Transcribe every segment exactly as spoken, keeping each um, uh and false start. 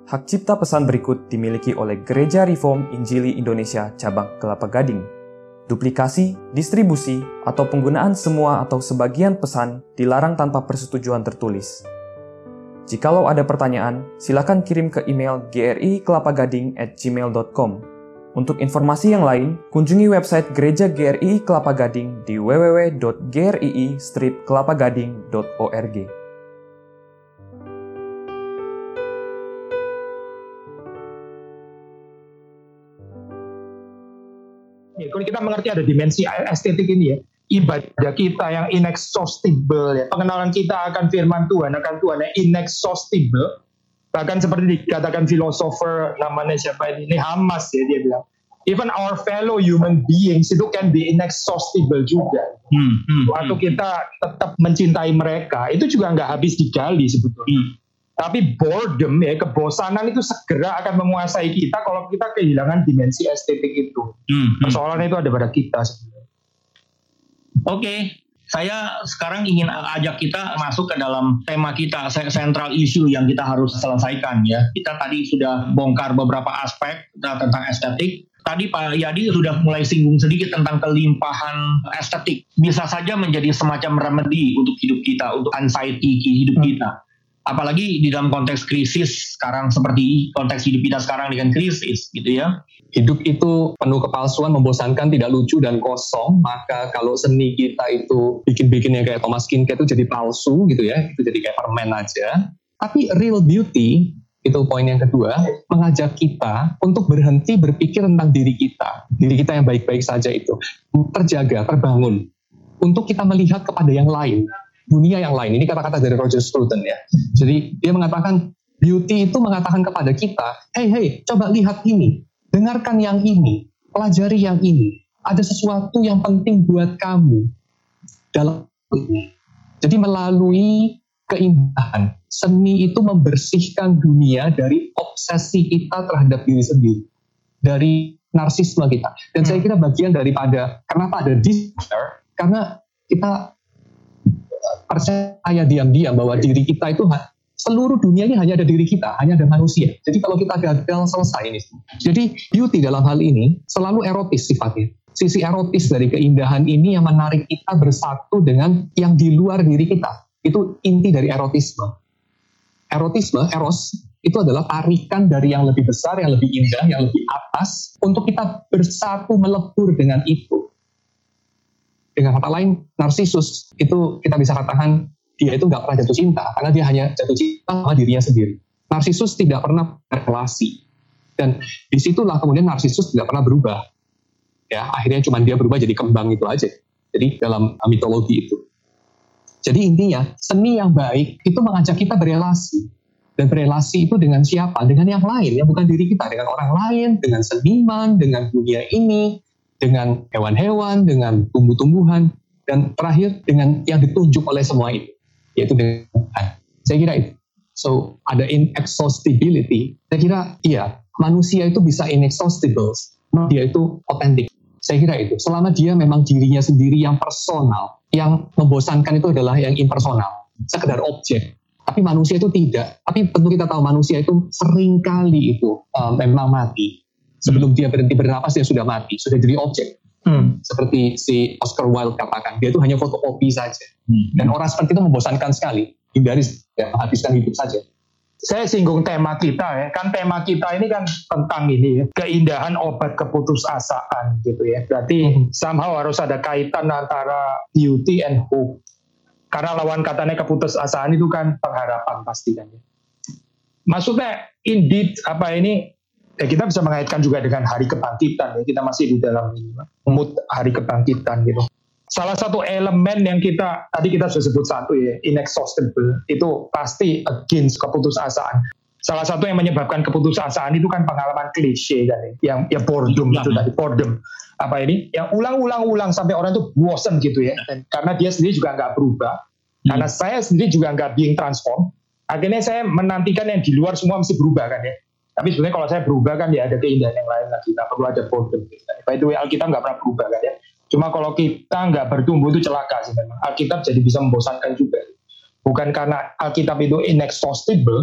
Hak cipta pesan berikut dimiliki oleh Gereja Reform Injili Indonesia Cabang Kelapa Gading. Duplikasi, distribusi, atau penggunaan semua atau sebagian pesan dilarang tanpa persetujuan tertulis. Jikalau ada pertanyaan, silakan kirim ke email g r i kelapagading at gmail dot com. Untuk informasi yang lain, kunjungi website Gereja G R I I Kelapa Gading di w w w dot g r i i strip kelapa gading dot org. Ya, kalau kita mengerti ada dimensi estetik ini ya, ibadah kita yang inexhaustible ya, pengenalan kita akan firman Tuhan, akan Tuhan yang inexhaustible, bahkan seperti dikatakan filosofer namanya siapa ini, Hamas ya, dia bilang, even our fellow human beings itu can be inexhaustible juga. Hmm, hmm, Waktu hmm. kita tetap mencintai mereka, itu juga nggak habis digali sebetulnya. Hmm. Tapi boredom ya, kebosanan itu segera akan menguasai kita kalau kita kehilangan dimensi estetik itu. Hmm, Persoalannya hmm. itu ada pada kita sebenarnya. Oke, okay. Saya sekarang ingin ajak kita masuk ke dalam tema kita, central issue yang kita harus selesaikan ya. Kita tadi sudah bongkar beberapa aspek tentang estetik. Tadi Pak Yadi sudah mulai singgung sedikit tentang kelimpahan estetik. Bisa saja menjadi semacam remedy untuk hidup kita, untuk anxiety hidup kita. Apalagi di dalam konteks krisis sekarang, seperti konteks hidup kita sekarang dengan krisis gitu ya. Hidup itu penuh kepalsuan, membosankan, tidak lucu dan kosong. Maka kalau seni kita itu bikin-bikinnya kayak Thomas Kinkade itu jadi palsu gitu ya, itu jadi kayak permen aja. Tapi real beauty, itu poin yang kedua, mengajak kita untuk berhenti berpikir tentang diri kita. Diri kita yang baik-baik saja itu terjaga, terbangun. Untuk kita melihat kepada yang lain, dunia yang lain. Ini kata-kata dari Roger Scruton ya. Jadi dia mengatakan beauty itu mengatakan kepada kita, hey hey, coba lihat ini, dengarkan yang ini, pelajari yang ini. Ada sesuatu yang penting buat kamu dalam ini. Jadi melalui keindahan, seni itu membersihkan dunia dari obsesi kita terhadap diri sendiri, dari narsisme kita. Dan hmm. saya kira bagian daripada kenapa ada disaster, karena kita percaya diam-diam bahwa diri kita itu seluruh dunia ini hanya ada diri kita, hanya ada manusia. Jadi kalau kita gagal, selesai ini. Jadi beauty dalam hal ini selalu erotis sifatnya. Sisi erotis dari keindahan ini yang menarik kita bersatu dengan yang di luar diri kita. Itu inti dari erotisme. Erotisme, eros, itu adalah tarikan dari yang lebih besar, yang lebih indah, yang lebih atas, untuk kita bersatu melebur dengan itu. Dengan kata lain, narsisus itu kita bisa katakan dia itu nggak pernah jatuh cinta karena dia hanya jatuh cinta sama dirinya sendiri. Narsisus tidak pernah berrelasi, dan disitulah kemudian narsisus tidak pernah berubah. Ya, akhirnya cuma dia berubah jadi kembang itu aja. Jadi dalam mitologi itu. Jadi intinya seni yang baik itu mengajak kita berelasi, dan berelasi itu dengan siapa? Dengan yang lain, yang bukan diri kita, dengan orang lain, dengan seniman, dengan dunia ini, dengan hewan-hewan, dengan tumbuh-tumbuhan, dan terakhir dengan yang ditunjuk oleh semua itu, yaitu dengan Tuhan. Saya kira itu. So, ada inexhaustibility. Saya kira, iya, manusia itu bisa inexhaustible. Dia itu otentik. Saya kira itu. Selama dia memang dirinya sendiri yang personal, yang membosankan itu adalah yang impersonal, sekedar objek. Tapi manusia itu tidak. Tapi tentu kita tahu manusia itu seringkali itu uh, memang mati. Sebelum dia berhenti bernapas, dia sudah mati, sudah jadi objek. Hmm. Seperti si Oscar Wilde katakan, dia itu hanya fotokopi saja. Hmm. Dan orang seperti itu membosankan sekali. Hindari ya, menghabiskan hidup saja. Saya singgung tema kita ya, kan tema kita ini kan tentang ini ya, keindahan obat keputusasaan gitu ya. Berarti hmm. somehow harus ada kaitan antara beauty and hope. Karena lawan katanya keputusasaan itu kan pengharapan pasti kan ya. Maksudnya indeed apa ini, ya kita bisa mengaitkan juga dengan hari kebangkitan ya, kita masih di dalam ini mood hari kebangkitan gitu. Salah satu elemen yang kita tadi kita sudah sebut satu ya, inexhaustible, itu pasti against keputusasaan. Salah satu yang menyebabkan keputusasaan itu kan pengalaman klise kan ya, yang ya boredom itu tadi, boredom apa ini, yang ulang-ulang-ulang sampai orang itu bosen gitu ya. Dan karena dia sendiri juga nggak berubah, hmm. karena saya sendiri juga nggak being transform, akhirnya saya menantikan yang di luar semua mesti berubah kan ya. Tapi sebenarnya kalau saya berubah kan ya ada keindahan yang lain lagi, nggak perlu ada boredom. By the way, Alkitab nggak pernah berubah kan ya. Cuma kalau kita nggak bertumbuh itu celaka sih memang. Alkitab jadi bisa membosankan juga. Bukan karena Alkitab itu inexhaustible,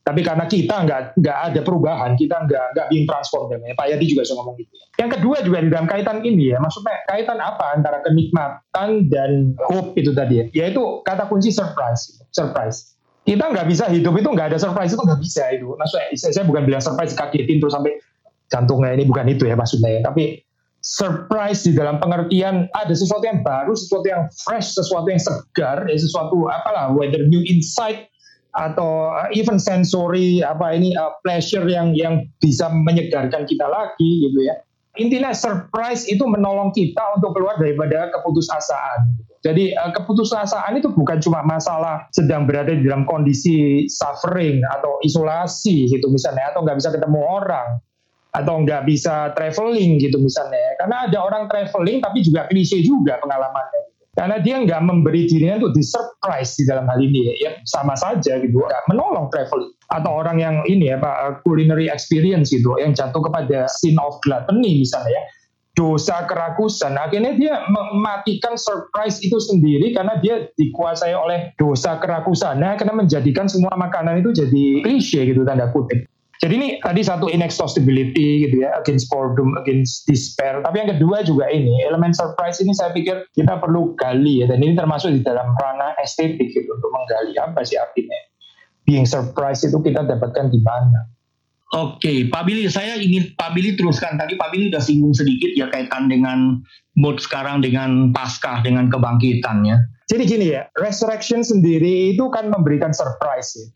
Tapi karena kita nggak nggak ada perubahan, kita nggak nggak being transformed. Ya. Pak Yadi juga sudah ngomong gitu. Yang kedua juga di dalam kaitan ini ya, maksudnya kaitan apa antara kenikmatan dan hope itu tadi ya, yaitu kata kunci surprise. Surprise. Kita nggak bisa hidup itu nggak ada surprise, itu nggak bisa itu. Maksudnya saya bukan bilang surprise kagetin terus sampai jantungnya ini, bukan itu ya maksudnya ya. Tapi surprise di dalam pengertian ada sesuatu yang baru, sesuatu yang fresh, sesuatu yang segar, ya sesuatu apalah, whether new insight atau even sensory apa ini uh, pleasure yang yang bisa menyegarkan kita lagi gitu ya. Intinya surprise itu menolong kita untuk keluar daripada keputusasaan. Jadi uh, keputusasaan itu bukan cuma masalah sedang berada di dalam kondisi suffering atau isolasi gitu misalnya, atau nggak bisa ketemu orang, atau nggak bisa traveling gitu misalnya. Karena ada orang traveling tapi juga klise juga pengalamannya. Karena dia nggak memberi dirinya untuk di-surprise di dalam hal ini, ya sama saja gitu, nggak menolong traveling. Atau orang yang ini ya Pak, culinary experience gitu, yang jatuh kepada sin of gluttony misalnya ya, dosa kerakusan, akhirnya dia mematikan surprise itu sendiri karena dia dikuasai oleh dosa kerakusan, nah, karena menjadikan semua makanan itu jadi klise gitu, tanda kutip. Jadi ini tadi satu inexhaustibility gitu ya, against boredom, against despair. Tapi yang kedua juga ini, elemen surprise ini saya pikir kita perlu gali ya, dan ini termasuk di dalam ranah estetik gitu, untuk menggali apa sih artinya being surprise itu kita dapatkan di mana. Oke, Pak Billy, saya ingin Pak Billy teruskan. Tadi Pak Billy udah singgung sedikit ya kaitan dengan mood sekarang, dengan Paskah, dengan kebangkitan ya. Jadi gini ya, resurrection sendiri itu kan memberikan surprise ya.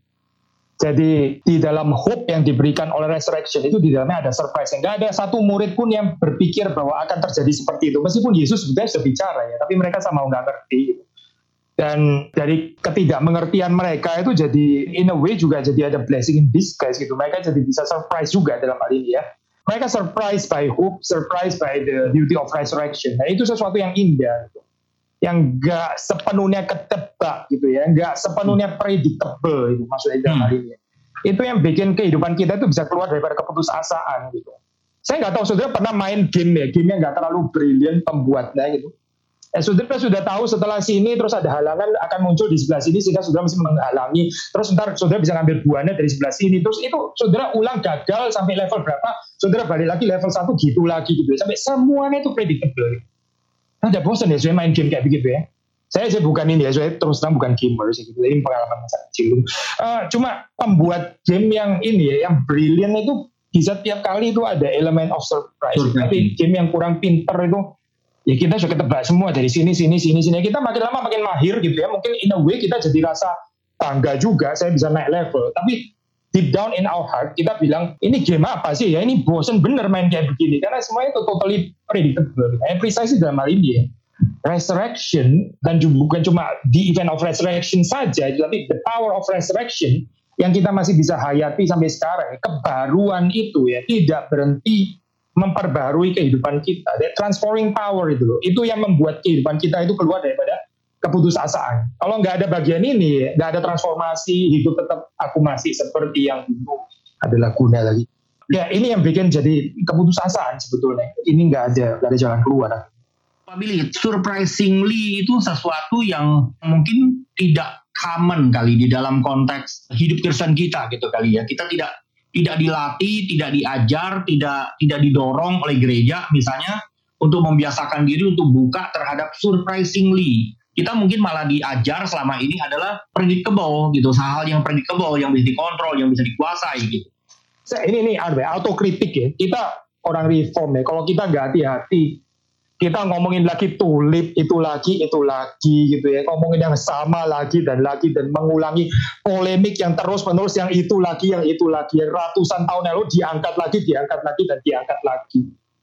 Jadi di dalam hope yang diberikan oleh resurrection itu di dalamnya ada surprise. Nggak ada satu murid pun yang berpikir bahwa akan terjadi seperti itu. Meskipun Yesus sebenarnya sudah bicara ya, tapi mereka sama nggak ngerti. Gitu. Dan dari ketidakmengertian mereka itu jadi in a way juga jadi ada blessing in disguise gitu. Mereka jadi bisa surprise juga dalam hal ini ya. Mereka surprise by hope, surprise by the beauty of resurrection. Nah itu sesuatu yang indah gitu. Yang nggak sepenuhnya ketebak gitu ya, nggak sepenuhnya predictable itu maksudnya dalam hal ini. Itu yang bikin kehidupan kita itu bisa keluar daripada keputusasaan gitu. Saya nggak tahu saudara pernah main game ya, game yang nggak terlalu brilian pembuatnya gitu. Eh, saudara sudah tahu setelah sini terus ada halangan akan muncul di sebelah sini sehingga saudara mesti menghalangi. Terus ntar saudara bisa ngambil buahnya dari sebelah sini. Terus itu saudara ulang gagal sampai level berapa, saudara balik lagi level satu gitu lagi gitu. Sampai semuanya itu predictable. Ada bosan ya saya main game kayak begitu ya. Saya saya bukan ini ya, saya terus terang bukan gamer sih gitu. Ini pengalaman masa kecil. Uh, cuma pembuat game yang ini ya, yang brilliant itu bisa tiap kali itu ada elemen of surprise. surprise. Tapi game yang kurang pinter itu ya kita sudah ketebak semua dari sini sini sini sini. Kita makin lama makin mahir gitu ya. Mungkin in a way kita jadi rasa bangga juga saya bisa naik level. Tapi deep down in our heart kita bilang ini game apa sih ya, ini bosen bener main kayak begini karena semuanya itu totally predictable. Yang precise dalam hal ini ya resurrection, dan juga, bukan cuma the event of resurrection saja, tapi the power of resurrection yang kita masih bisa hayati sampai sekarang. Kebaruan itu ya tidak berhenti memperbarui kehidupan kita. The transforming power itu loh, itu yang membuat kehidupan kita itu keluar daripada keputusasaan. Kalau nggak ada bagian ini, nggak ada transformasi, hidup tetap aku masih seperti yang dulu, adalah guna lagi. Ya ini yang bikin jadi keputusasaan sebetulnya. Ini nggak ada, nggak ada jalan keluar. Pak Billy, surprisingly itu sesuatu yang mungkin tidak common kali di dalam konteks hidup Kristen kita gitu kali ya. Kita tidak tidak dilatih, tidak diajar, tidak tidak didorong oleh gereja misalnya untuk membiasakan diri untuk buka terhadap surprisingly. Kita mungkin malah diajar selama ini adalah predictable gitu, hal yang predictable, yang bisa dikontrol, yang bisa dikuasai gitu. Ini ini autokritik ya. Kita orang reform ya. Kalau kita nggak hati-hati, kita ngomongin lagi tulip, itu lagi, itu lagi gitu ya. Ngomongin yang sama lagi dan lagi dan mengulangi polemik yang terus-menerus, yang itu lagi, yang itu lagi. Yang ratusan tahun lalu diangkat lagi, diangkat lagi, dan diangkat lagi.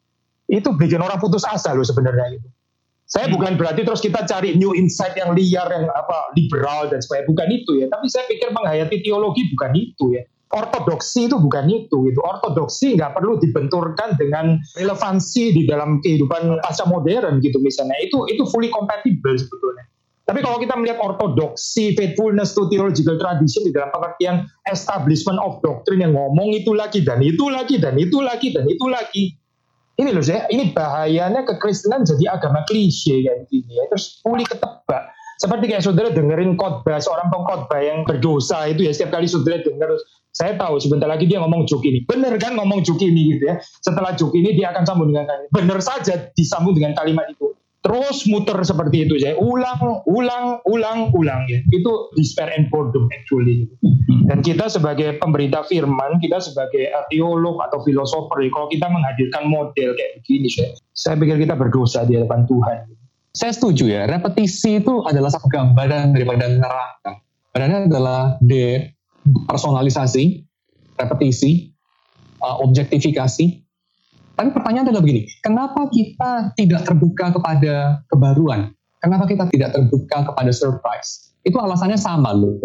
Itu bikin orang putus asa loh sebenarnya itu. Saya hmm. bukan berarti terus kita cari new insight yang liar, yang apa liberal dan sebagainya. Bukan itu ya. Tapi saya pikir menghayati teologi bukan itu ya. Ortodoksi itu bukan itu, gitu. Ortodoksi nggak perlu dibenturkan dengan relevansi di dalam kehidupan pasca modern gitu misalnya. Itu itu fully compatible sebetulnya. Tapi kalau kita melihat ortodoksi, faithfulness to theological tradition di dalam pengertian establishment of doctrine yang ngomong itu lagi dan itu lagi dan itu lagi dan itu lagi. Ini loh saya, ini bahayanya kekristenan jadi agama klise kayak gini ya. Terus fully ketebak. Seperti kayak saudara dengerin khotbah seorang pengkhotbah yang berdosa itu ya, setiap kali saudara dengar, saya tahu sebentar lagi dia ngomong juk ini. Benar kan ngomong juk ini gitu ya. Setelah juk ini dia akan sambung dengan kalimat. Benar saja disambung dengan kalimat itu. Terus muter seperti itu ya. Ulang, ulang, ulang, ulang ya. Itu despair and boredom actually. Dan kita sebagai pemberita firman, kita sebagai teolog atau filosofer, kalau kita menghadirkan model kayak begini, saya, saya pikir kita berdosa di hadapan Tuhan. Saya setuju ya, repetisi itu adalah satu gambaran daripada neraka. Padahal adalah depersonalisasi, repetisi, uh, objektifikasi. Tapi pertanyaan adalah begini, kenapa kita tidak terbuka kepada kebaruan? Kenapa kita tidak terbuka kepada surprise? Itu alasannya sama loh.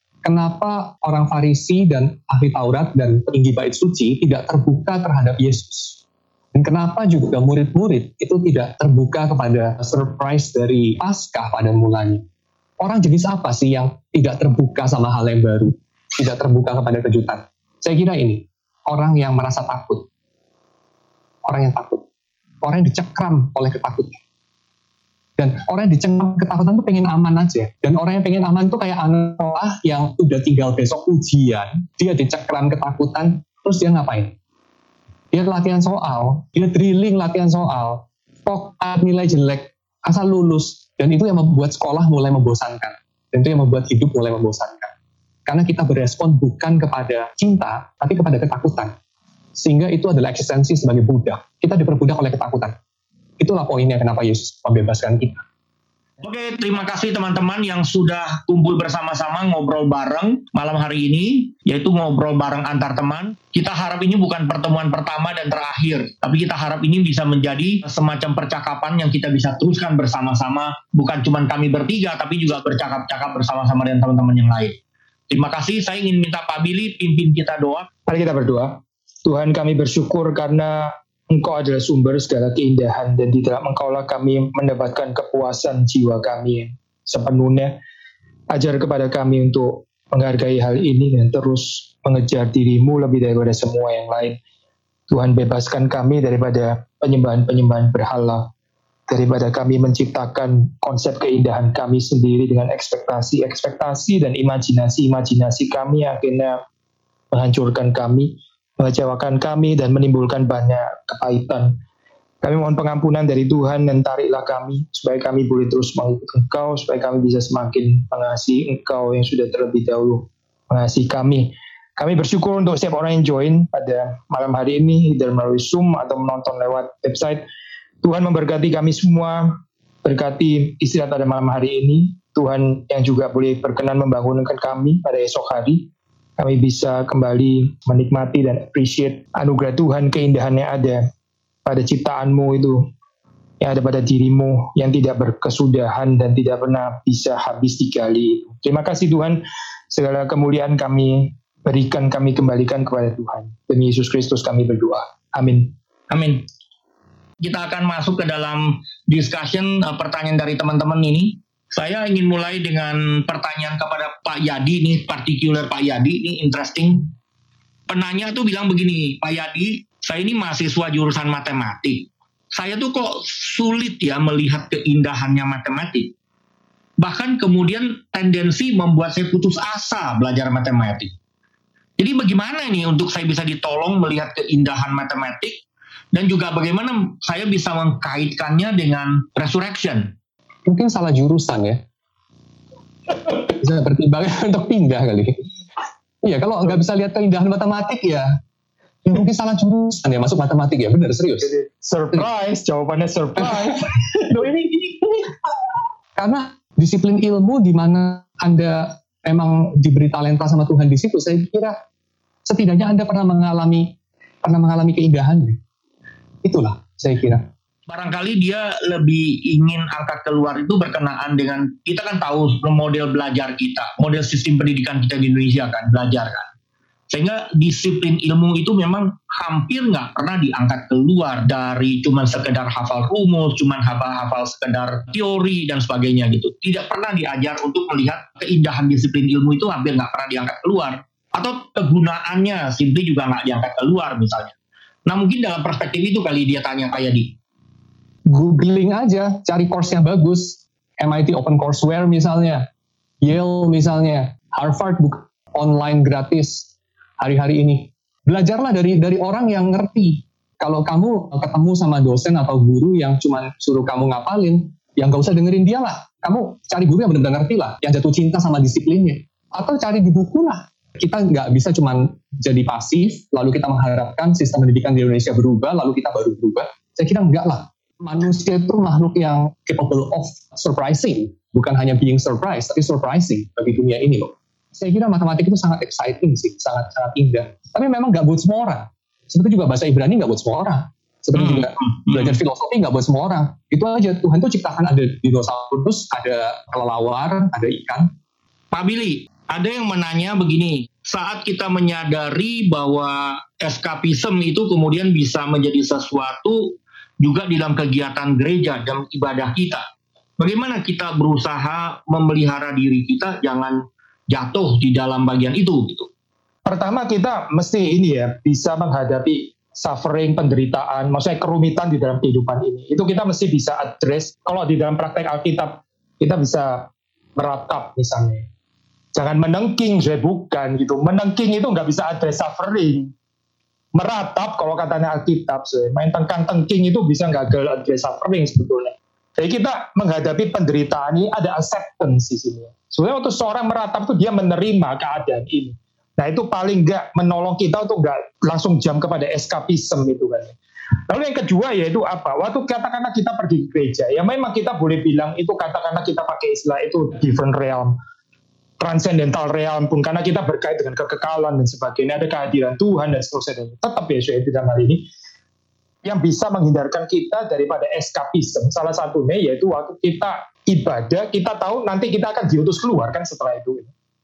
Kenapa orang Farisi dan ahli Taurat dan petinggi bait suci tidak terbuka terhadap Yesus? Dan kenapa juga murid-murid itu tidak terbuka kepada surprise dari Paskah pada mulanya? Orang jenis apa sih yang tidak terbuka sama hal yang baru? Tidak terbuka kepada kejutan? Saya kira ini, orang yang merasa takut. Orang yang takut. Orang yang dicekram oleh ketakutan. Dan orang yang dicekram ketakutan itu pengen aman aja. Dan orang yang pengen aman itu kayak anak yang udah tinggal besok ujian, dia dicekram ketakutan, terus dia ngapain? Dia latihan soal, dia drilling latihan soal, tok nilai jelek, asal lulus. Dan itu yang membuat sekolah mulai membosankan. Dan itu yang membuat hidup mulai membosankan. Karena kita berespon bukan kepada cinta, tapi kepada ketakutan. Sehingga itu adalah eksistensi sebagai budak. Kita diperbudak oleh ketakutan. Itulah poinnya kenapa Yesus membebaskan kita. Oke, terima kasih teman-teman yang sudah kumpul bersama-sama ngobrol bareng malam hari ini, yaitu ngobrol bareng antar teman. Kita harap ini bukan pertemuan pertama dan terakhir, tapi kita harap ini bisa menjadi semacam percakapan yang kita bisa teruskan bersama-sama, bukan cuma kami bertiga, tapi juga bercakap-cakap bersama-sama dengan teman-teman yang lain. Terima kasih, saya ingin minta Pak Billy pimpin kita doa. Mari kita berdoa. Tuhan, kami bersyukur karena Engkau adalah sumber segala keindahan, dan di dalam Engkaulah kami mendapatkan kepuasan jiwa kami sepenuhnya. Ajar kepada kami untuk menghargai hal ini dan terus mengejar diri-Mu lebih daripada semua yang lain. Tuhan, bebaskan kami daripada penyembahan-penyembahan berhala, daripada kami menciptakan konsep keindahan kami sendiri dengan ekspektasi-ekspektasi dan imajinasi-imajinasi kami yang akhirnya menghancurkan kami, mengecewakan kami dan menimbulkan banyak kepahitan. Kami mohon pengampunan dari Tuhan dan tariklah kami supaya kami boleh terus mengikut Engkau, supaya kami bisa semakin mengasihi Engkau yang sudah terlebih dahulu mengasihi kami. Kami bersyukur untuk setiap orang yang join pada malam hari ini, either melalui Zoom atau menonton lewat website. Tuhan memberkati kami semua, berkati istirahat pada malam hari ini. Tuhan yang juga boleh berkenan membangunkan kami pada esok hari. Kami bisa kembali menikmati dan appreciate anugerah Tuhan, keindahan yang ada pada ciptaan-Mu itu, yang ada pada diri-Mu, yang tidak berkesudahan dan tidak pernah bisa habis digali. Terima kasih Tuhan, segala kemuliaan kami berikan, kami kembalikan kepada Tuhan. Demi Yesus Kristus kami berdoa. Amin. Amin. Kita akan masuk ke dalam discussion uh, pertanyaan dari teman-teman ini. Saya ingin mulai dengan pertanyaan kepada Pak Yadi, ini particular Pak Yadi, ini interesting. Penanya tuh bilang begini, Pak Yadi, saya ini mahasiswa jurusan matematik. Saya tuh kok sulit ya melihat keindahannya matematik. Bahkan kemudian tendensi membuat saya putus asa belajar matematik. Jadi bagaimana ini untuk saya bisa ditolong melihat keindahan matematik, dan juga bagaimana saya bisa mengkaitkannya dengan resurrection? Mungkin salah jurusan ya. Bisa pertimbangan untuk pindah kali. Iya, kalau nggak bisa lihat keindahan matematik ya, ya mungkin salah jurusan ya masuk matematik ya. Benar, serius. Surprise, jawabannya surprise. Loh, ini, ini, ini. Karena disiplin ilmu di mana Anda memang diberi talenta sama Tuhan di situ, saya kira setidaknya Anda pernah mengalami pernah mengalami keindahan. Itulah saya kira. Barangkali dia lebih ingin angkat keluar itu berkenaan dengan, kita kan tahu model belajar kita, model sistem pendidikan kita di Indonesia kan, belajar kan. Sehingga disiplin ilmu itu memang hampir nggak pernah diangkat keluar dari cuman sekedar hafal rumus, cuman hafal-hafal sekedar teori dan sebagainya gitu. Tidak pernah diajar untuk melihat keindahan disiplin ilmu itu, hampir nggak pernah diangkat keluar. Atau kegunaannya simply juga nggak diangkat keluar misalnya. Nah mungkin dalam perspektif itu kali dia tanya kayak di googling aja, cari course yang bagus. M I T OpenCourseware misalnya, Yale misalnya, Harvard buka online gratis hari-hari ini. Belajarlah dari dari orang yang ngerti. Kalau kamu ketemu sama dosen atau guru yang cuma suruh kamu ngapalin, yang gak usah dengerin dia lah. Kamu cari guru yang benar-benar ngerti lah, yang jatuh cinta sama disiplinnya. Atau cari di buku lah. Kita nggak bisa cuma jadi pasif, lalu kita mengharapkan sistem pendidikan di Indonesia berubah, lalu kita baru berubah. Saya kira enggak lah. Manusia itu makhluk yang capable of surprising. Bukan hanya being surprised, tapi surprising bagi dunia ini loh. Saya kira matematik itu sangat exciting sih, sangat-sangat indah. Tapi memang nggak buat semua orang. Seperti juga bahasa Ibrani nggak buat semua orang. Seperti hmm. juga belajar filosofi nggak buat semua orang. Itu aja, Tuhan tuh ciptakan ada dinosaurus, ada kelelawar, ada ikan. Pak Billy, ada yang menanya begini, saat kita menyadari bahwa eskapisme itu kemudian bisa menjadi sesuatu juga di dalam kegiatan gereja dan ibadah kita. Bagaimana kita berusaha memelihara diri kita jangan jatuh di dalam bagian itu gitu. Pertama kita mesti ini ya bisa menghadapi suffering, penderitaan, maksudnya kerumitan di dalam kehidupan ini. Itu kita mesti bisa address. Kalau di dalam praktek Alkitab kita bisa meratap misalnya. Jangan menengking, saya bukan gitu. Menengking itu nggak bisa address suffering. Meratap kalau katanya Alkitab, saya main tengkang-tengking itu bisa gagal address suffering sebetulnya. Jadi kita menghadapi penderitaan ini ada acceptance di sini. Sebenarnya untuk seorang meratap itu dia menerima keadaan ini. Nah itu paling nggak menolong kita untuk nggak langsung jam kepada eskapisme itu kan. Lalu yang kedua yaitu apa? Waktu katakanlah kita pergi ke gereja, ya memang kita boleh bilang itu katakanlah kita pakai istilah itu different realm, transcendental realm pun karena kita berkait dengan kekekalan dan sebagainya, ada kehadiran Tuhan dan seterusnya. Tetap ya saya dalam hal ini yang bisa menghindarkan kita daripada eskapisme. Salah satunya yaitu waktu kita ibadah, kita tahu nanti kita akan diutus keluar kan setelah itu.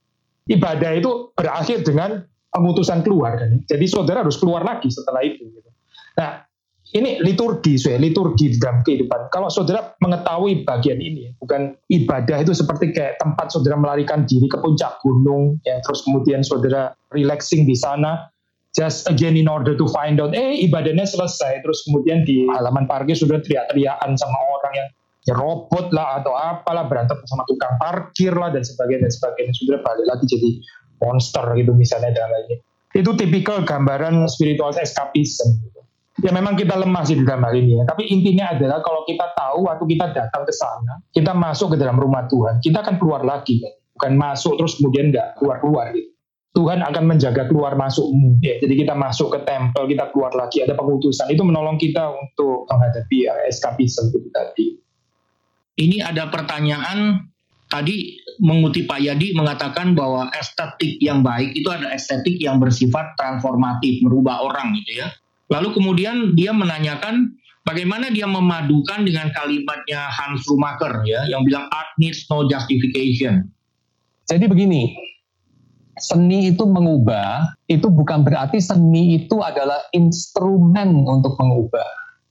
Ibadah itu berakhir dengan pengutusan keluar kan. Jadi saudara harus keluar lagi setelah itu. Nah, ini liturgi, saya liturgi dalam kehidupan. Kalau saudara mengetahui bagian ini, bukan ibadah itu seperti kayak tempat saudara melarikan diri ke puncak gunung, yang terus kemudian saudara relaxing di sana, just again in order to find out, eh ibadahnya selesai, terus kemudian di halaman parkir sudah teriak-teriakan sama orang yang ya robot lah atau apalah, berantem sama tukang parkir lah dan sebagainya dan sebagainya, sudah balik lagi jadi monster gitu misalnya dan lainnya. Itu tipikal gambaran spiritual escapism gitu. Ya memang kita lemah sih di dalam hal ini ya, tapi intinya adalah kalau kita tahu waktu kita datang ke sana, kita masuk ke dalam rumah Tuhan, kita akan keluar lagi kan? Bukan masuk terus kemudian nggak keluar-keluar gitu. Tuhan akan menjaga keluar masukmu. Ya, jadi kita masuk ke tempel, kita keluar lagi, ada pengutusan. Itu menolong kita untuk menghadapi uh, eskapisme itu tadi. Ini ada pertanyaan, tadi mengutip Pak Yadi mengatakan bahwa estetik yang baik itu ada estetik yang bersifat transformatif, merubah orang gitu ya. Lalu kemudian dia menanyakan bagaimana dia memadukan dengan kalimatnya Hans Schumacher ya, yang bilang art needs no justification. Jadi begini, seni itu mengubah, itu bukan berarti seni itu adalah instrumen untuk mengubah.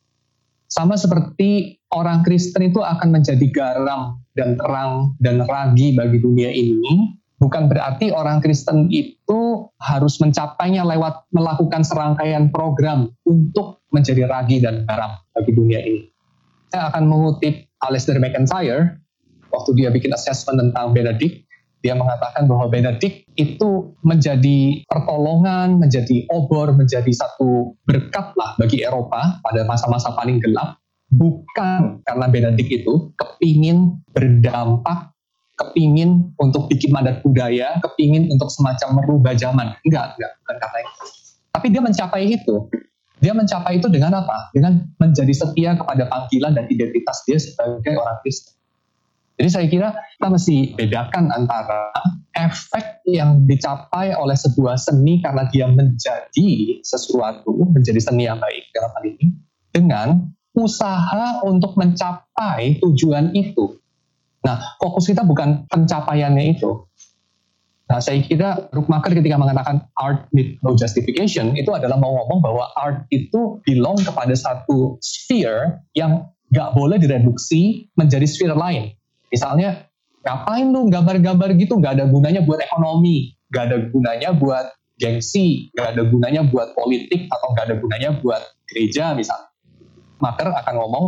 Sama seperti orang Kristen itu akan menjadi garam dan terang dan ragi bagi dunia ini, bukan berarti orang Kristen itu harus mencapainya lewat melakukan serangkaian program untuk menjadi ragi dan garam bagi dunia ini. Saya akan mengutip Alasdair MacIntyre, waktu dia bikin assessment tentang Benedict, dia mengatakan bahwa Benedict itu menjadi pertolongan, menjadi obor, menjadi satu berkat lah bagi Eropa pada masa-masa paling gelap. Bukan karena Benedict itu kepingin berdampak, kepingin untuk bikin mandat budaya, kepingin untuk semacam merubah zaman. Enggak, enggak, bukan karena itu. Tapi dia mencapai itu. Dia mencapai itu dengan apa? Dengan menjadi setia kepada panggilan dan identitas dia sebagai orang Kristen. Jadi saya kira kita mesti bedakan antara efek yang dicapai oleh sebuah seni karena dia menjadi sesuatu, menjadi seni yang baik dalam hal ini, dengan usaha untuk mencapai tujuan itu. Nah, fokus kita bukan pencapaiannya itu. Nah, saya kira Schumacher ketika mengatakan art need no justification, itu adalah mau ngomong bahwa art itu belong kepada satu sphere yang gak boleh direduksi menjadi sphere lain. Misalnya, ngapain lu gambar-gambar gitu, gak ada gunanya buat ekonomi, gak ada gunanya buat gengsi, gak ada gunanya buat politik, atau gak ada gunanya buat gereja misalnya. Maker akan ngomong,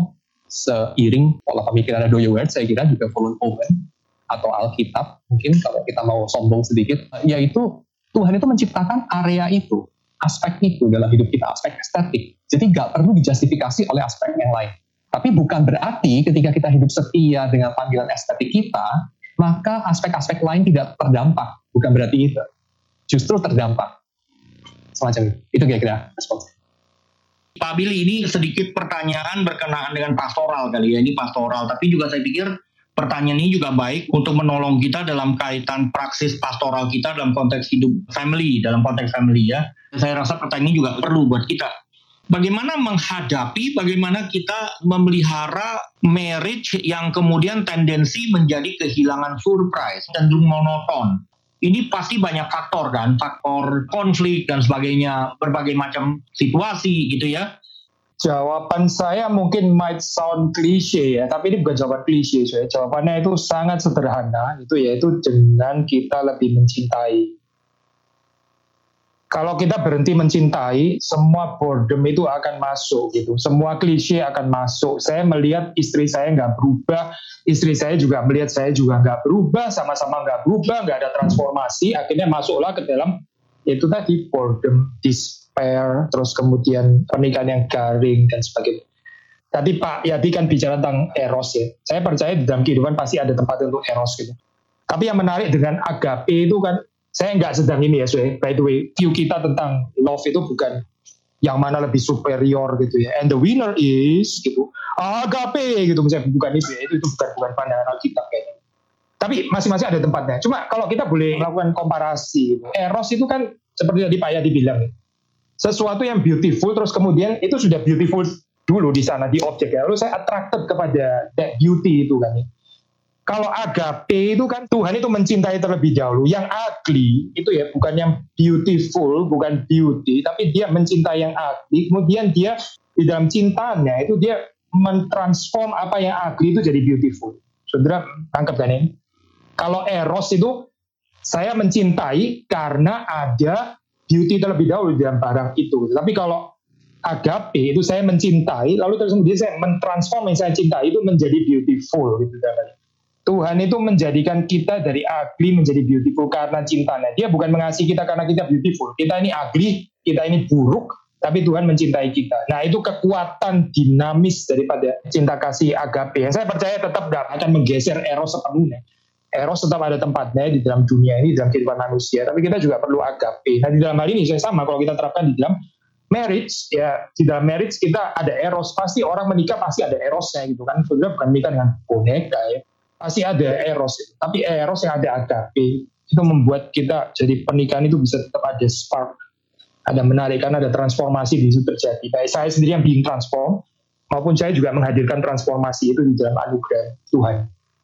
seiring pola pemikiran Doye Ward, saya kira juga Volume Owen atau Alkitab, mungkin kalau kita mau sombong sedikit, yaitu Tuhan itu menciptakan area itu, aspek itu dalam hidup kita, aspek estetik. Jadi nggak perlu dijustifikasi oleh aspek yang lain. Tapi bukan berarti ketika kita hidup setia dengan panggilan estetik kita, maka aspek-aspek lain tidak terdampak. Bukan berarti itu. Justru terdampak. Semacam itu. Itu kira-kira responsnya. Pak Billy, ini sedikit pertanyaan berkenaan dengan pastoral kali ya. Ini pastoral, tapi juga saya pikir pertanyaan ini juga baik untuk menolong kita dalam kaitan praksis pastoral kita dalam konteks hidup family, dalam konteks family ya. Saya rasa pertanyaan ini juga perlu buat kita. Bagaimana menghadapi, bagaimana kita memelihara marriage yang kemudian tendensi menjadi kehilangan surprise, cenderung monoton. Ini pasti banyak faktor kan, faktor konflik dan sebagainya, berbagai macam situasi gitu ya. Jawaban saya mungkin might sound klise ya, tapi ini bukan jawaban klise. So ya. Jawabannya itu sangat sederhana, itu yaitu dengan kita lebih mencintai. Kalau kita berhenti mencintai, semua boredom itu akan masuk gitu. Semua klise akan masuk. Saya melihat istri saya nggak berubah, istri saya juga melihat saya juga nggak berubah, sama-sama nggak berubah, nggak ada transformasi. Akhirnya masuklah ke dalam itu tadi boredom, despair, terus kemudian pernikahan yang garing dan sebagainya. Tadi Pak Yadi kan bicara tentang eros ya. Saya percaya di dalam kehidupan pasti ada tempat untuk eros gitu. Tapi yang menarik dengan agape itu kan, saya nggak sedang ini ya, so, by the way, view kita tentang love itu bukan yang mana lebih superior gitu ya. And the winner is gitu, agape gitu, misalnya bukan itu ya, itu, itu bukan bukan pandangan Alkitab kayaknya. Tapi masing-masing ada tempatnya. Cuma kalau kita boleh melakukan komparasi, gitu. Eros itu kan seperti tadi Pak Yadi bilang, sesuatu yang beautiful, terus kemudian itu sudah beautiful dulu di sana di objek ya. Lalu saya attracted kepada that beauty itu kan. Kalau agape itu kan Tuhan itu mencintai terlebih dahulu. Yang ugly itu ya bukan yang beautiful, bukan beauty, tapi dia mencintai yang ugly. Kemudian dia di dalam cintanya itu dia mentransform apa yang ugly itu jadi beautiful. Saudara tangkap kan ini? Kalau eros itu saya mencintai karena ada beauty terlebih dahulu di dalam barang itu. Tapi kalau agape itu saya mencintai, lalu terus kemudian saya mentransform yang saya cintai itu menjadi beautiful gitu. Tuhan itu menjadikan kita dari ugly menjadi beautiful karena cintanya. Dia bukan mengasihi kita karena kita beautiful. Kita ini ugly, kita ini buruk, tapi Tuhan mencintai kita. Nah itu kekuatan dinamis daripada cinta kasih agape. Yang saya percaya tetap akan menggeser eros sepenuhnya. Eros tetap ada tempatnya di dalam dunia ini, dalam kehidupan manusia. Tapi kita juga perlu agape. Nah di dalam hal ini saya sama kalau kita terapkan di dalam marriage, ya di dalam marriage kita ada eros. Pasti orang menikah pasti ada erosnya gitu kan. Saudara bukan menikah dengan boneka ya. Pasti ada eros, tapi eros yang ada agape itu membuat kita jadi pernikahan itu bisa tetap ada spark, ada menarik karena ada transformasi di situ terjadi. Baik saya sendiri yang being transform, maupun saya juga menghadirkan transformasi itu di dalam anugerah Tuhan.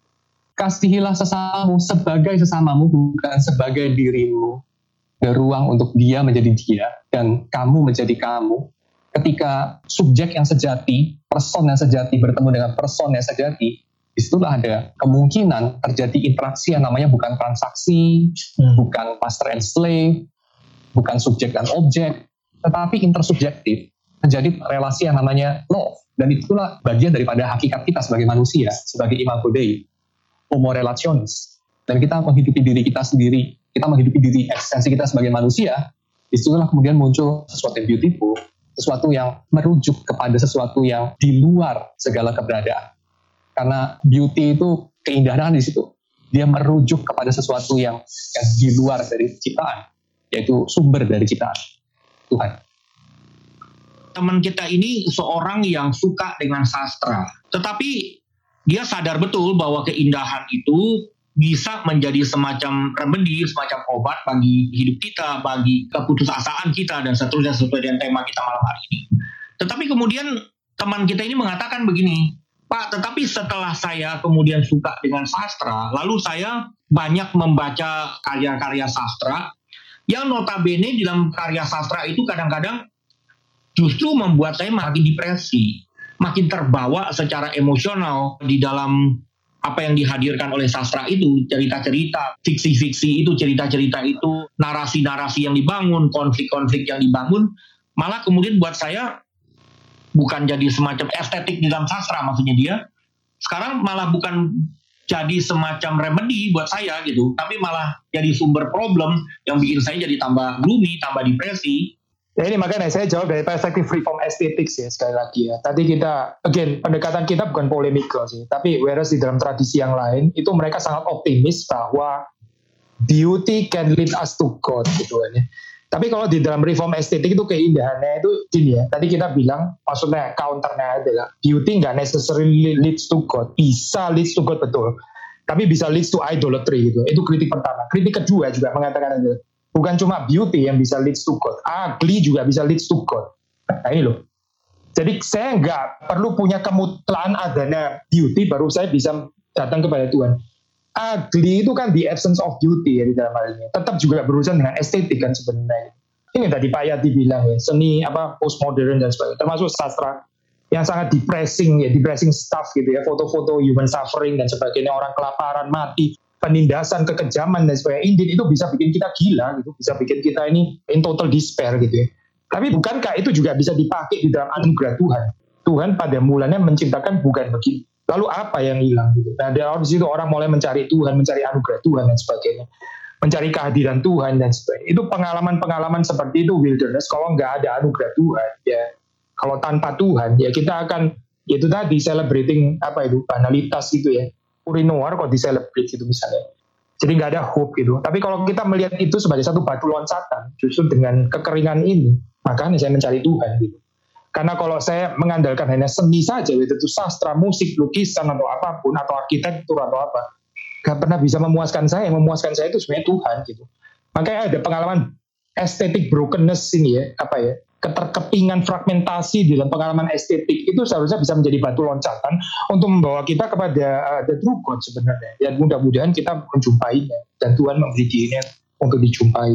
Kasihilah sesamamu sebagai sesamamu, bukan sebagai dirimu. Ada ruang untuk dia menjadi dia dan kamu menjadi kamu. Ketika subjek yang sejati, person yang sejati bertemu dengan person yang sejati, disitulah ada kemungkinan terjadi interaksi yang namanya bukan transaksi, hmm. bukan master and slave, bukan subjek dan objek, tetapi intersubjektif, terjadi relasi yang namanya love. Dan itulah bagian daripada hakikat kita sebagai manusia, sebagai imago Dei, homo relationis. Dan kita menghidupi diri kita sendiri, kita menghidupi diri eksistensi kita sebagai manusia, disitulah kemudian muncul sesuatu yang beautiful, sesuatu yang merujuk kepada sesuatu yang di luar segala keberadaan. Karena beauty itu keindahan di situ. Dia merujuk kepada sesuatu yang, yang di luar dari ciptaan, yaitu sumber dari ciptaan Tuhan. Teman kita ini seorang yang suka dengan sastra, tetapi dia sadar betul bahwa keindahan itu bisa menjadi semacam remedi, semacam obat bagi hidup kita, bagi keputusasaan kita, dan seterusnya sesuai dengan tema kita malam hari ini. Tetapi kemudian teman kita ini mengatakan begini, Pak, tetapi setelah saya kemudian suka dengan sastra, lalu saya banyak membaca karya-karya sastra, yang notabene di dalam karya sastra itu kadang-kadang justru membuat saya makin depresi, makin terbawa secara emosional di dalam apa yang dihadirkan oleh sastra itu, cerita-cerita, fiksi-fiksi itu, cerita-cerita itu, narasi-narasi yang dibangun, konflik-konflik yang dibangun, malah kemudian buat saya bukan jadi semacam estetik di dalam sastra maksudnya dia. Sekarang malah bukan jadi semacam remedy buat saya gitu, tapi malah jadi sumber problem yang bikin saya jadi tambah gloomy, tambah depresi. Ya ini makanya saya jawab dari perspektif reform aesthetics ya sekali lagi ya. Tadi kita, again, pendekatan kita bukan polemikal sih, tapi whereas di dalam tradisi yang lain, itu mereka sangat optimis bahwa beauty can lead us to God gitu kan ya. Tapi kalau di dalam reform estetik itu keindahannya itu gini ya, tadi kita bilang, maksudnya counternya adalah beauty nggak necessarily leads to God, bisa leads to God betul, tapi bisa leads to idolatry gitu. Itu kritik pertama. Kritik kedua juga mengatakan itu, bukan cuma beauty yang bisa leads to God, ugly juga bisa leads to God. Nah ini loh. Jadi saya nggak perlu punya kemutlaan adanya beauty baru saya bisa datang kepada Tuhan. Ugly itu kan the absence of beauty ya di dalam hal ini. Tetap juga berurusan dengan estetik kan sebenarnya. Ini tadi Pak Yati bilang ya, seni apa postmodern dan sebagainya, termasuk sastra yang sangat depressing ya, depressing stuff gitu ya, foto-foto human suffering dan sebagainya, orang kelaparan, mati, penindasan, kekejaman dan sebagainya. Indeed itu bisa bikin kita gila gitu, bisa bikin kita ini in total despair gitu ya. Tapi bukankah itu juga bisa dipakai di dalam anugerah Tuhan? Tuhan pada mulanya menciptakan bukan begini. Lalu apa yang hilang gitu? Nah dari situ orang mulai mencari Tuhan, mencari anugerah Tuhan dan sebagainya, mencari kehadiran Tuhan dan sebagainya. Itu pengalaman-pengalaman seperti itu wilderness. Kalau nggak ada anugerah Tuhan, ya kalau tanpa Tuhan, ya kita akan ya itu tadi celebrating apa itu banalitas gitu ya. Urinoir kok di-celebrate gitu misalnya. Jadi nggak ada hope gitu. Tapi kalau kita melihat itu sebagai satu batu loncatan, justru dengan kekeringan ini, makanya saya mencari Tuhan gitu. Karena kalau saya mengandalkan hanya seni saja, itu sastra, musik, lukisan, atau apapun, atau arsitektur, atau apa, gak pernah bisa memuaskan saya. Yang memuaskan saya itu sebenarnya Tuhan, gitu. Makanya ada pengalaman estetik brokenness ini ya, apa ya, keterkepingan fragmentasi dalam pengalaman estetik, itu seharusnya bisa menjadi batu loncatan untuk membawa kita kepada uh, the true God sebenarnya. Dan mudah-mudahan kita menjumpainya, dan Tuhan memberi dirinya untuk dijumpai.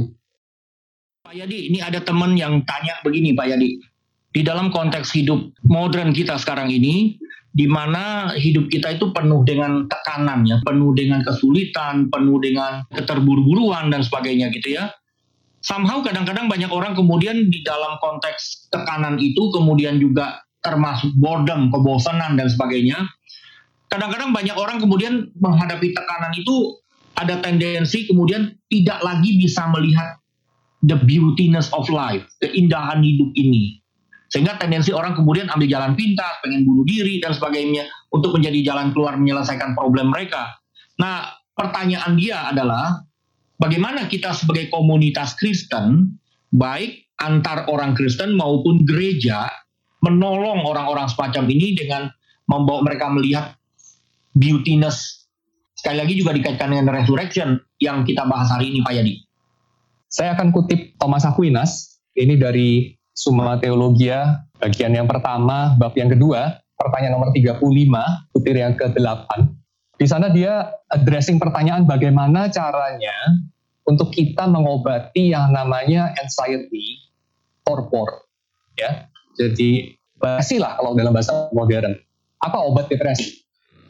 Pak Yadi, ini ada teman yang tanya begini Pak Yadi. Di dalam konteks hidup modern kita sekarang ini, di mana hidup kita itu penuh dengan tekanan ya, penuh dengan kesulitan, penuh dengan keterburu-buruan dan sebagainya gitu ya. Somehow kadang-kadang banyak orang kemudian di dalam konteks tekanan itu kemudian juga termasuk boredom, kebosanan dan sebagainya. Kadang-kadang banyak orang kemudian menghadapi tekanan itu ada tendensi kemudian tidak lagi bisa melihat the beautiness of life, keindahan hidup ini. Sehingga tendensi orang kemudian ambil jalan pintas, pengen bunuh diri dan sebagainya untuk menjadi jalan keluar menyelesaikan problem mereka. Nah, pertanyaan dia adalah bagaimana kita sebagai komunitas Kristen, baik antar orang Kristen maupun gereja, menolong orang-orang semacam ini dengan membawa mereka melihat beautiness. Sekali lagi juga dikaitkan dengan resurrection yang kita bahas hari ini Pak Yadi. Saya akan kutip Thomas Aquinas, ini dari Summa Theologia, bagian yang pertama, bab yang kedua, pertanyaan nomor tiga puluh lima, butir yang kedelapan. Di sana dia addressing pertanyaan bagaimana caranya untuk kita mengobati yang namanya anxiety, torpor. Ya, jadi depresi lah kalau dalam bahasa modern. Apa obat depresi?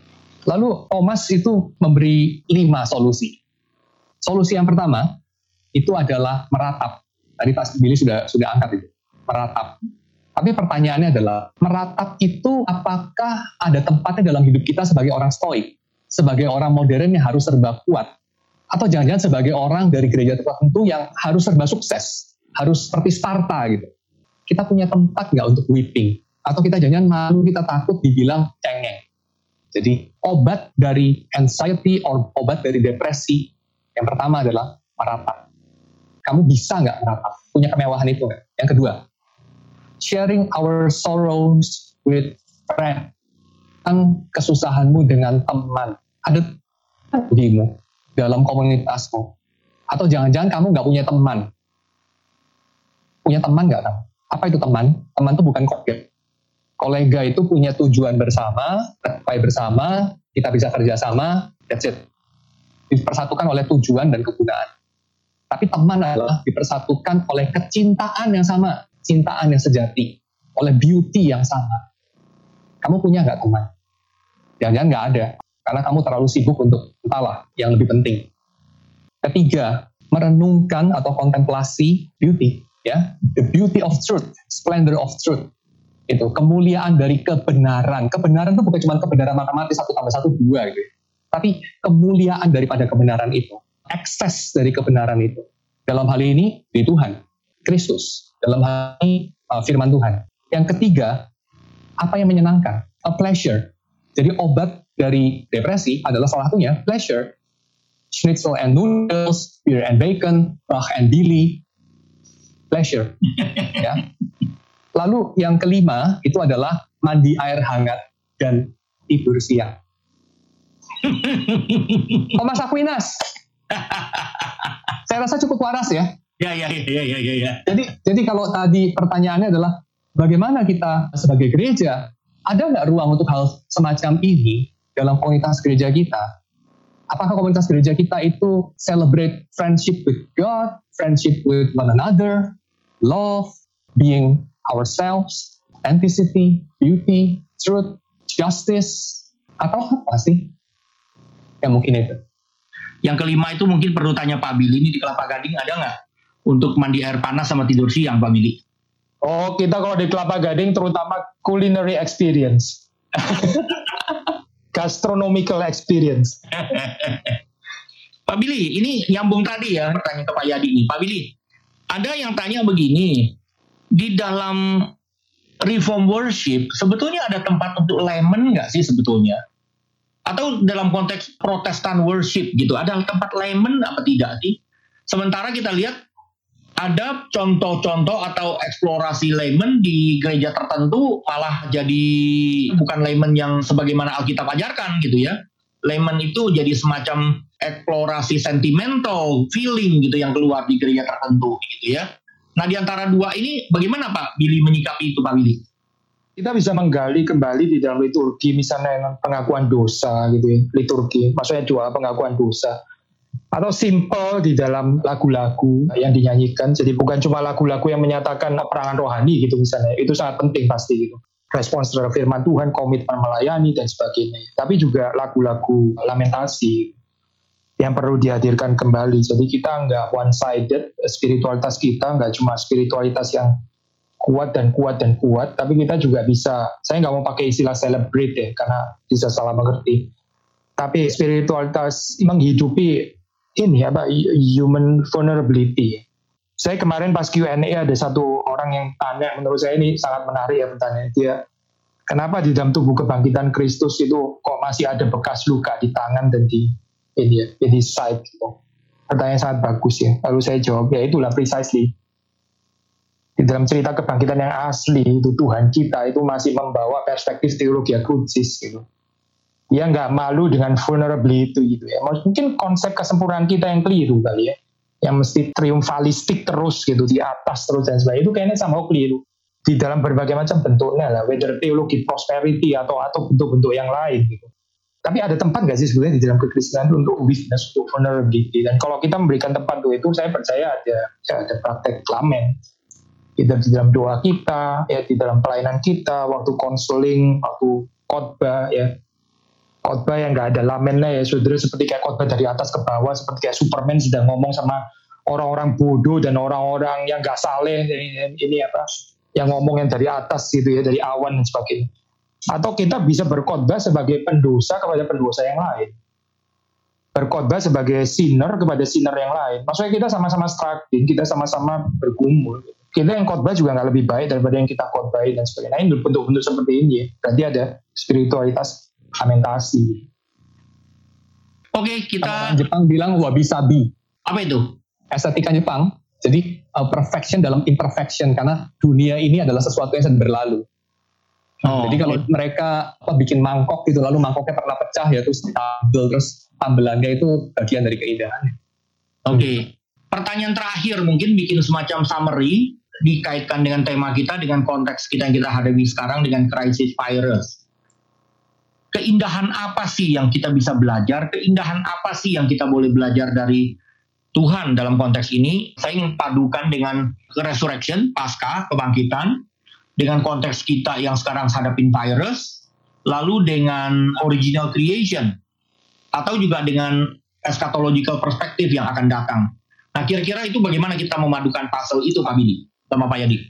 Lalu Thomas itu memberi lima solusi. Solusi yang pertama itu adalah meratap. Tadi Pak Billy sudah sudah angkat itu. Meratap. Tapi pertanyaannya adalah, meratap itu apakah ada tempatnya dalam hidup kita sebagai orang stoik? Sebagai orang modern yang harus serba kuat? Atau jangan-jangan sebagai orang dari gereja tertentu yang harus serba sukses? Harus seperti Sparta gitu? Kita punya tempat nggak untuk weeping? Atau kita jangan malu, kita takut dibilang cengeng? Jadi obat dari anxiety or obat dari depresi, yang pertama adalah meratap. Kamu bisa nggak meratap? Punya kemewahan itu nggak? Yang kedua, sharing our sorrows with friends. Kan kesusahanmu dengan teman. Ada dirimu dalam komunitasmu. Atau jangan-jangan kamu nggak punya teman. Punya teman nggak kamu? Apa itu teman? Teman itu bukan kolega. Kolega itu punya tujuan bersama, tercapai bersama, kita bisa kerja sama, that's it. Dipersatukan oleh tujuan dan kegunaan. Tapi teman adalah dipersatukan oleh kecintaan yang sama, cintaan yang sejati, oleh beauty yang sama. Kamu punya nggak teman? Jangan-jangan nggak ada, karena kamu terlalu sibuk untuk entahlah yang lebih penting. Ketiga, merenungkan atau kontemplasi beauty, ya, the beauty of truth, splendor of truth. Itu kemuliaan dari kebenaran. Kebenaran itu bukan cuma kebenaran matematis satu tambah satu dua gitu. Tapi kemuliaan daripada kebenaran itu, akses dari kebenaran itu. Dalam hal ini di Tuhan, Kristus. Dalam hal ini uh, firman Tuhan. Yang ketiga, apa yang menyenangkan? A pleasure. Jadi obat dari depresi adalah salah satunya pleasure. Schnitzel and noodles, beer and bacon, Bach and Billy, pleasure. Ya. Lalu yang kelima itu adalah mandi air hangat dan tidur siang. Oh, Mas Aquinas, saya rasa cukup waras ya. Ya, ya, ya, ya, ya, ya. Jadi, jadi kalau tadi pertanyaannya adalah bagaimana kita sebagai gereja, ada nggak ruang untuk hal semacam ini dalam komunitas gereja kita? Apakah komunitas gereja kita itu celebrate friendship with God, friendship with one another, love, being ourselves, authenticity, beauty, truth, justice, atau apa sih? Ya mungkin itu. Yang kelima itu mungkin perlu tanya Pak Billy, ini di Kelapa Gading ada nggak untuk mandi air panas sama tidur siang, Pak Billy? Oh, kita kalau di Kelapa Gading terutama culinary experience. Gastronomical experience. Pak Billy, ini nyambung tadi ya, pertanyaan ke Pak Yadi ini. Pak Billy, ada yang tanya begini, di dalam Reform Worship, sebetulnya ada tempat untuk layman nggak sih sebetulnya? Atau dalam konteks Protestan Worship gitu, ada tempat layman apa tidak sih? Sementara kita lihat, ada contoh-contoh atau eksplorasi layman di gereja tertentu malah jadi bukan layman yang sebagaimana Alkitab ajarkan gitu ya. Layman itu jadi semacam eksplorasi sentimental, feeling gitu yang keluar di gereja tertentu gitu ya. Nah, di antara dua ini bagaimana Pak Billy menyikapi itu, Pak Billy? Kita bisa menggali kembali di dalam liturgi, misalnya pengakuan dosa gitu ya, liturgi, maksudnya doa pengakuan dosa. Atau simple di dalam lagu-lagu yang dinyanyikan, jadi bukan cuma lagu-lagu yang menyatakan perangan rohani gitu misalnya, itu sangat penting pasti gitu. Respons terhadap firman Tuhan, komitmen melayani dan sebagainya. Tapi juga lagu-lagu lamentasi yang perlu dihadirkan kembali. Jadi kita nggak one-sided, spiritualitas kita nggak cuma spiritualitas yang kuat dan kuat dan kuat, tapi kita juga bisa, saya nggak mau pakai istilah celebrate ya, karena bisa salah mengerti. Tapi spiritualitas menghidupi ini apa, human vulnerability. Saya kemarin pas Q and A ada satu orang yang tanya, menurut saya ini sangat menarik ya pertanyaan dia. Kenapa di dalam tubuh kebangkitan Kristus itu kok masih ada bekas luka di tangan dan di ini ya, di side gitu. Pertanyaan sangat bagus ya. Lalu saya jawab, ya itulah precisely. Di dalam cerita kebangkitan yang asli itu Tuhan kita itu masih membawa perspektif teologi krucis gitu. Dia nggak malu dengan vulnerability gitu ya. Mungkin konsep kesempurnaan kita yang keliru kali ya. Yang mesti triumfalistik terus gitu, di atas terus dan sebagainya. Itu kayaknya somehow keliru. Di dalam berbagai macam bentuknya lah. Whether teologi prosperity atau atau bentuk-bentuk yang lain gitu. Tapi ada tempat nggak sih sebenarnya di dalam kekristenan itu untuk weakness, untuk vulnerability. Dan kalau kita memberikan tempat untuk itu, saya percaya ada, ya ada praktek klamen. Kita di dalam doa kita, ya di dalam pelayanan kita, waktu konseling, waktu khotbah ya. Khotbah yang nggak ada lamennya ya, saudara, seperti kayak khotbah dari atas ke bawah, seperti kayak Superman sedang ngomong sama orang-orang bodoh dan orang-orang yang nggak saleh, ini, ini apa, yang ngomong yang dari atas gitu ya, dari awan dan sebagainya. Atau kita bisa berkhotbah sebagai pendosa kepada pendosa yang lain, berkhotbah sebagai sinner kepada sinner yang lain. Maksudnya kita sama-sama struggling, kita sama-sama bergumul. Kita yang khotbah juga nggak lebih baik daripada yang kita khotbahin dan sebagainya. Nah, ini bentuk-bentuk seperti ini ya. Berarti ada spiritualitas lamentasi. Oke, kita Orang Jepang bilang wabi-sabi. Apa itu? Estetika Jepang. Jadi uh, perfection dalam imperfection, karena dunia ini adalah sesuatu yang sedang berlalu. Oh, Jadi kalau okay. mereka apa, bikin mangkok gitu, lalu mangkoknya pernah pecah ya, terus diambil, terus tambelannya itu bagian dari keindahannya. Oke. Okay. Pertanyaan terakhir mungkin bikin semacam summary dikaitkan dengan tema kita, dengan konteks kita yang kita hadapi sekarang dengan crisis virus. Keindahan apa sih yang kita bisa belajar? Keindahan apa sih yang kita boleh belajar dari Tuhan dalam konteks ini? Saya ingin padukan dengan resurrection, pasca, kebangkitan, dengan konteks kita yang sekarang hadapin virus, lalu dengan original creation, atau juga dengan eschatological perspective yang akan datang. Nah, kira-kira itu bagaimana kita memadukan puzzle itu, Pak Billy, sama Pak Yadi?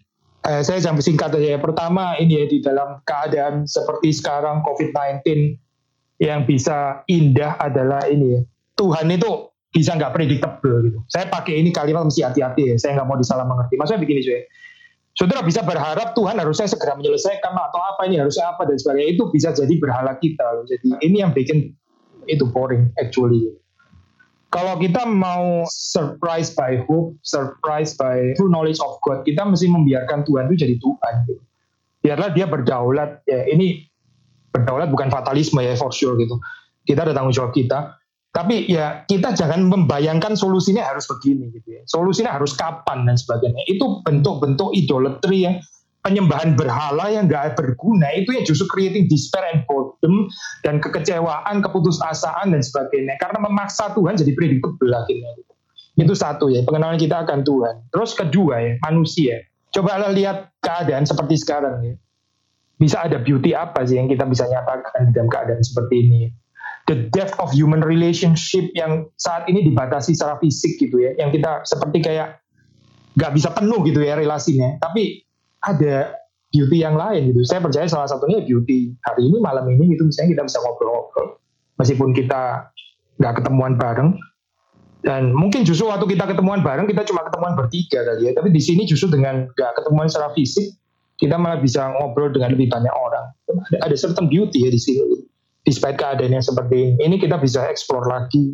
Eh, saya jam singkat aja ya. Pertama ini ya, di dalam keadaan seperti sekarang covid sembilan belas yang bisa indah adalah ini ya. Tuhan itu bisa nggak predictable gitu. Saya pakai ini kalimat mesti hati-hati ya. Saya nggak mau disalah mengerti. Maksudnya begini cuy. Saudara bisa berharap Tuhan harusnya segera menyelesaikan atau apa ini harusnya apa dan sebagainya. Itu bisa jadi berhala kita loh. Jadi ini yang bikin itu boring actually. Kalau kita mau surprise by hope, surprise by true knowledge of God, kita mesti membiarkan Tuhan itu jadi Tuhan. Gitu. Biarlah dia berdaulat. Ya, ini berdaulat bukan fatalisme ya, for sure gitu. Kita ada tanggung jawab kita. Tapi ya kita jangan membayangkan solusinya harus begini gitu ya. Solusinya harus kapan dan sebagainya. Itu bentuk-bentuk idolatry yang penyembahan berhala yang gak berguna, itu yang justru creating despair and boredom dan kekecewaan, keputusasaan dan sebagainya. Karena memaksa Tuhan jadi predictable akhirnya. Gitu. Itu satu ya, pengenalan kita akan Tuhan. Terus kedua ya, manusia. Coba lihat keadaan seperti sekarang ya. Bisa ada beauty apa sih yang kita bisa nyatakan di dalam keadaan seperti ini? The depth of human relationship yang saat ini dibatasi secara fisik gitu ya. Yang kita seperti kayak gak bisa penuh gitu ya relasinya. Tapi ada beauty yang lain gitu. Saya percaya salah satunya beauty hari ini, malam ini gitu. Misalnya kita bisa ngobrol-ngobrol. Meskipun kita gak ketemuan bareng. Dan mungkin justru waktu kita ketemuan bareng, kita cuma ketemuan bertiga kali ya. Tapi di sini justru dengan gak ketemuan secara fisik, kita malah bisa ngobrol dengan lebih banyak orang. Ada, ada certain beauty ya di sini. Despite keadaan yang seperti ini. Ini kita bisa explore lagi.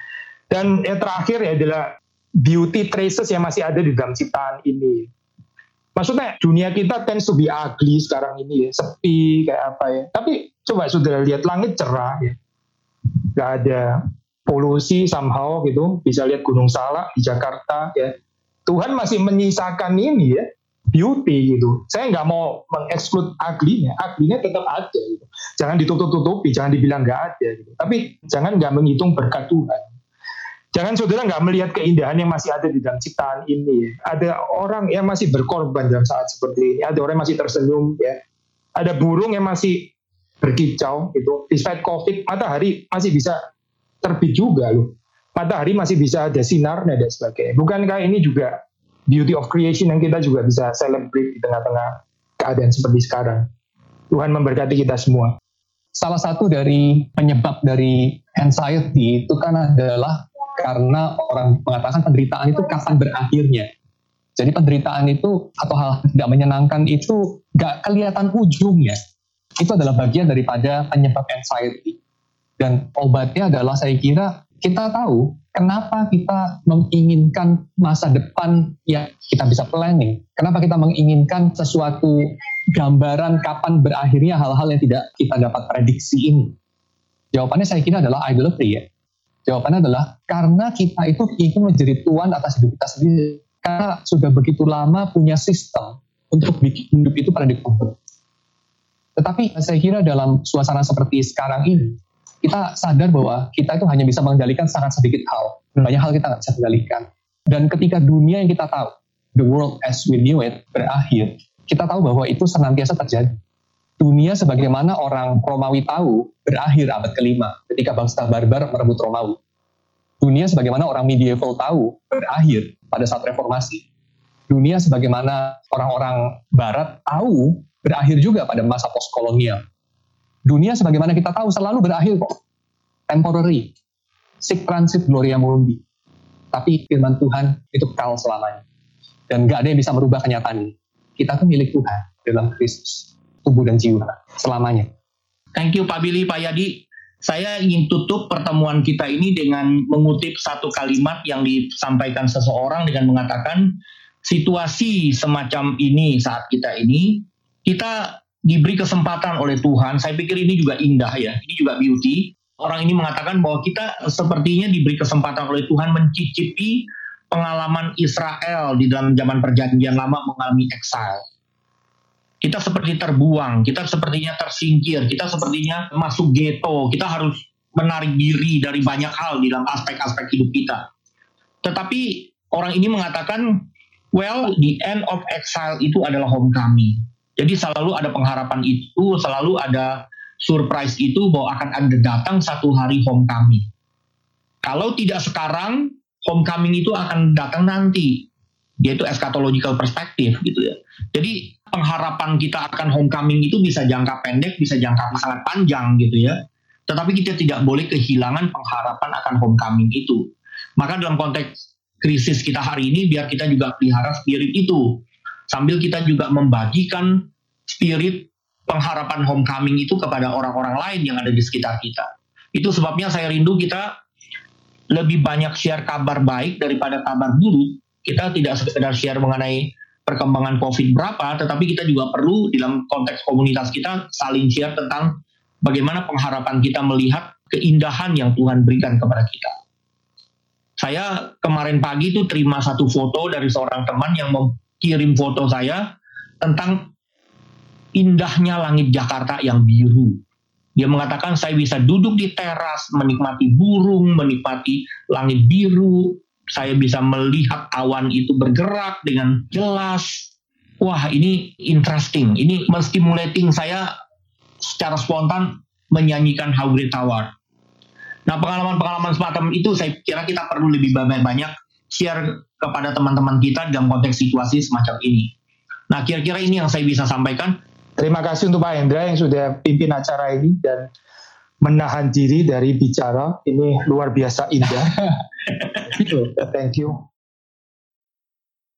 Dan yang terakhir ya adalah beauty traces yang masih ada di dalam ciptaan ini. Maksudnya dunia kita tends to be ugly sekarang ini ya, sepi kayak apa ya. Tapi coba saudara lihat langit cerah ya, gak ada polusi somehow gitu. Bisa lihat Gunung Salak di Jakarta ya. Tuhan masih menyisakan ini ya, beauty gitu. Saya nggak mau mengeksklut ugly-nya, ugly-nya tetap ada gitu. Jangan ditutup-tutupi, jangan dibilang nggak ada gitu. Tapi jangan nggak menghitung berkat Tuhan. Jangan saudara nggak melihat keindahan yang masih ada di dalam ciptaan ini. Ada orang yang masih berkorban dalam saat seperti ini. Ada orang yang masih tersenyum. Ya. Ada burung yang masih berkicau. Gitu. Despite COVID, matahari masih bisa terbit juga loh. Matahari masih bisa ada sinarnya dan sebagainya. Bukankah ini juga beauty of creation yang kita juga bisa celebrate di tengah-tengah keadaan seperti sekarang. Tuhan memberkati kita semua. Salah satu dari penyebab dari anxiety itu kan adalah karena orang mengatakan penderitaan itu kapan berakhirnya. Jadi penderitaan itu atau hal tidak menyenangkan itu gak kelihatan ujungnya. Itu adalah bagian daripada penyebab anxiety. Dan obatnya adalah saya kira kita tahu kenapa kita menginginkan masa depan yang kita bisa planning. Kenapa kita menginginkan sesuatu gambaran kapan berakhirnya hal-hal yang tidak kita dapat prediksi ini. Jawabannya saya kira adalah idolatry ya. Jawabannya adalah karena kita itu ingin menjadi tuan atas hidup kita sendiri. Karena sudah begitu lama punya sistem untuk bikin hidup itu predictable. Tetapi saya kira dalam suasana seperti sekarang ini, kita sadar bahwa kita itu hanya bisa mengendalikan sangat sedikit hal. Banyak hal kita nggak bisa kendalikan. Dan ketika dunia yang kita tahu, the world as we knew it, berakhir, kita tahu bahwa itu senantiasa terjadi. Dunia sebagaimana orang Romawi tahu berakhir abad kelima ketika bangsa barbar merebut Romawi. Dunia sebagaimana orang medieval tahu berakhir pada saat reformasi. Dunia sebagaimana orang-orang barat tahu berakhir juga pada masa postkolonial. Dunia sebagaimana kita tahu selalu berakhir kok. Temporary. Sic transit gloria mundi. Tapi firman Tuhan itu kekal selamanya. Dan gak ada yang bisa merubah kenyataan ini. Kita tuh milik Tuhan dalam Kristus. Tubuh dan jiwa selamanya. Thank you Pak Billy, Pak Yadi. Saya ingin tutup pertemuan kita ini dengan mengutip satu kalimat yang disampaikan seseorang dengan mengatakan, situasi semacam ini saat kita ini, kita diberi kesempatan oleh Tuhan. Saya pikir ini juga indah ya, ini juga beauty. Orang ini mengatakan bahwa kita sepertinya diberi kesempatan oleh Tuhan mencicipi pengalaman Israel di dalam zaman perjanjian lama mengalami exile. Kita seperti terbuang, kita sepertinya tersingkir, kita sepertinya masuk ghetto, kita harus menarik diri dari banyak hal di dalam aspek-aspek hidup kita. Tetapi orang ini mengatakan, well, the end of exile itu adalah homecoming. Jadi selalu ada pengharapan itu, selalu ada surprise itu bahwa akan ada datang satu hari homecoming. Kalau tidak sekarang, homecoming itu akan datang nanti. yaitu eschatological perspective gitu ya. Jadi pengharapan kita akan homecoming itu bisa jangka pendek, bisa jangka sangat panjang gitu ya. Tetapi kita tidak boleh kehilangan pengharapan akan homecoming itu. Maka dalam konteks krisis kita hari ini, biar kita juga pelihara spirit itu. Sambil kita juga membagikan spirit pengharapan homecoming itu kepada orang-orang lain yang ada di sekitar kita. Itu sebabnya saya rindu kita lebih banyak share kabar baik daripada kabar buruk. Kita tidak sekedar share mengenai perkembangan COVID berapa, tetapi kita juga perlu dalam konteks komunitas kita saling share tentang bagaimana pengharapan kita melihat keindahan yang Tuhan berikan kepada kita. Saya kemarin pagi itu terima satu foto dari seorang teman yang kirim foto saya tentang indahnya langit Jakarta yang biru. Dia mengatakan saya bisa duduk di teras, menikmati burung, menikmati langit biru. Saya bisa melihat awan itu bergerak dengan jelas. Wah, ini interesting. Ini menstimulating saya secara spontan menyanyikan How Great Thou Art. Nah, pengalaman-pengalaman semacam itu saya kira kita perlu lebih banyak-banyak share kepada teman-teman kita dalam konteks situasi semacam ini. Nah, kira-kira ini yang saya bisa sampaikan. Terima kasih untuk Pak Hendra yang sudah pimpin acara ini dan menahan diri dari bicara. Ini luar biasa indah. Thank you.